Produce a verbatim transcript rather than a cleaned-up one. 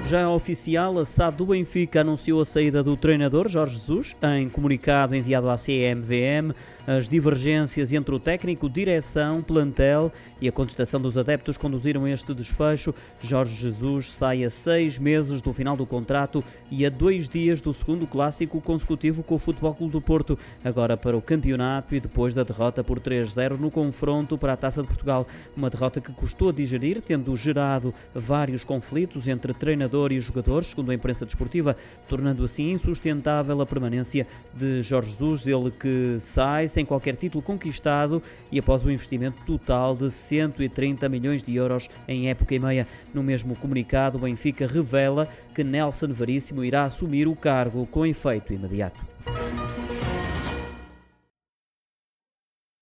Já é oficial, a S A D do Benfica anunciou a saída do treinador Jorge Jesus. Em comunicado enviado à C M V M, as divergências entre o técnico, direção, plantel e a contestação dos adeptos conduziram este desfecho. Jorge Jesus sai a seis meses do final do contrato e a dois dias do segundo clássico consecutivo com o Futebol Clube do Porto, agora para o campeonato e depois da derrota por três a zero no confronto para a Taça de Portugal. Uma derrota que custou a digerir, tendo gerado vários conflitos entre treinador e jogadores, segundo a imprensa desportiva, tornando assim insustentável a permanência de Jorge Jesus, ele que sai sem qualquer título conquistado e após o investimento total de cento e trinta milhões de euros em época e meia. No mesmo comunicado, o Benfica revela que Nelson Veríssimo irá assumir o cargo com efeito imediato.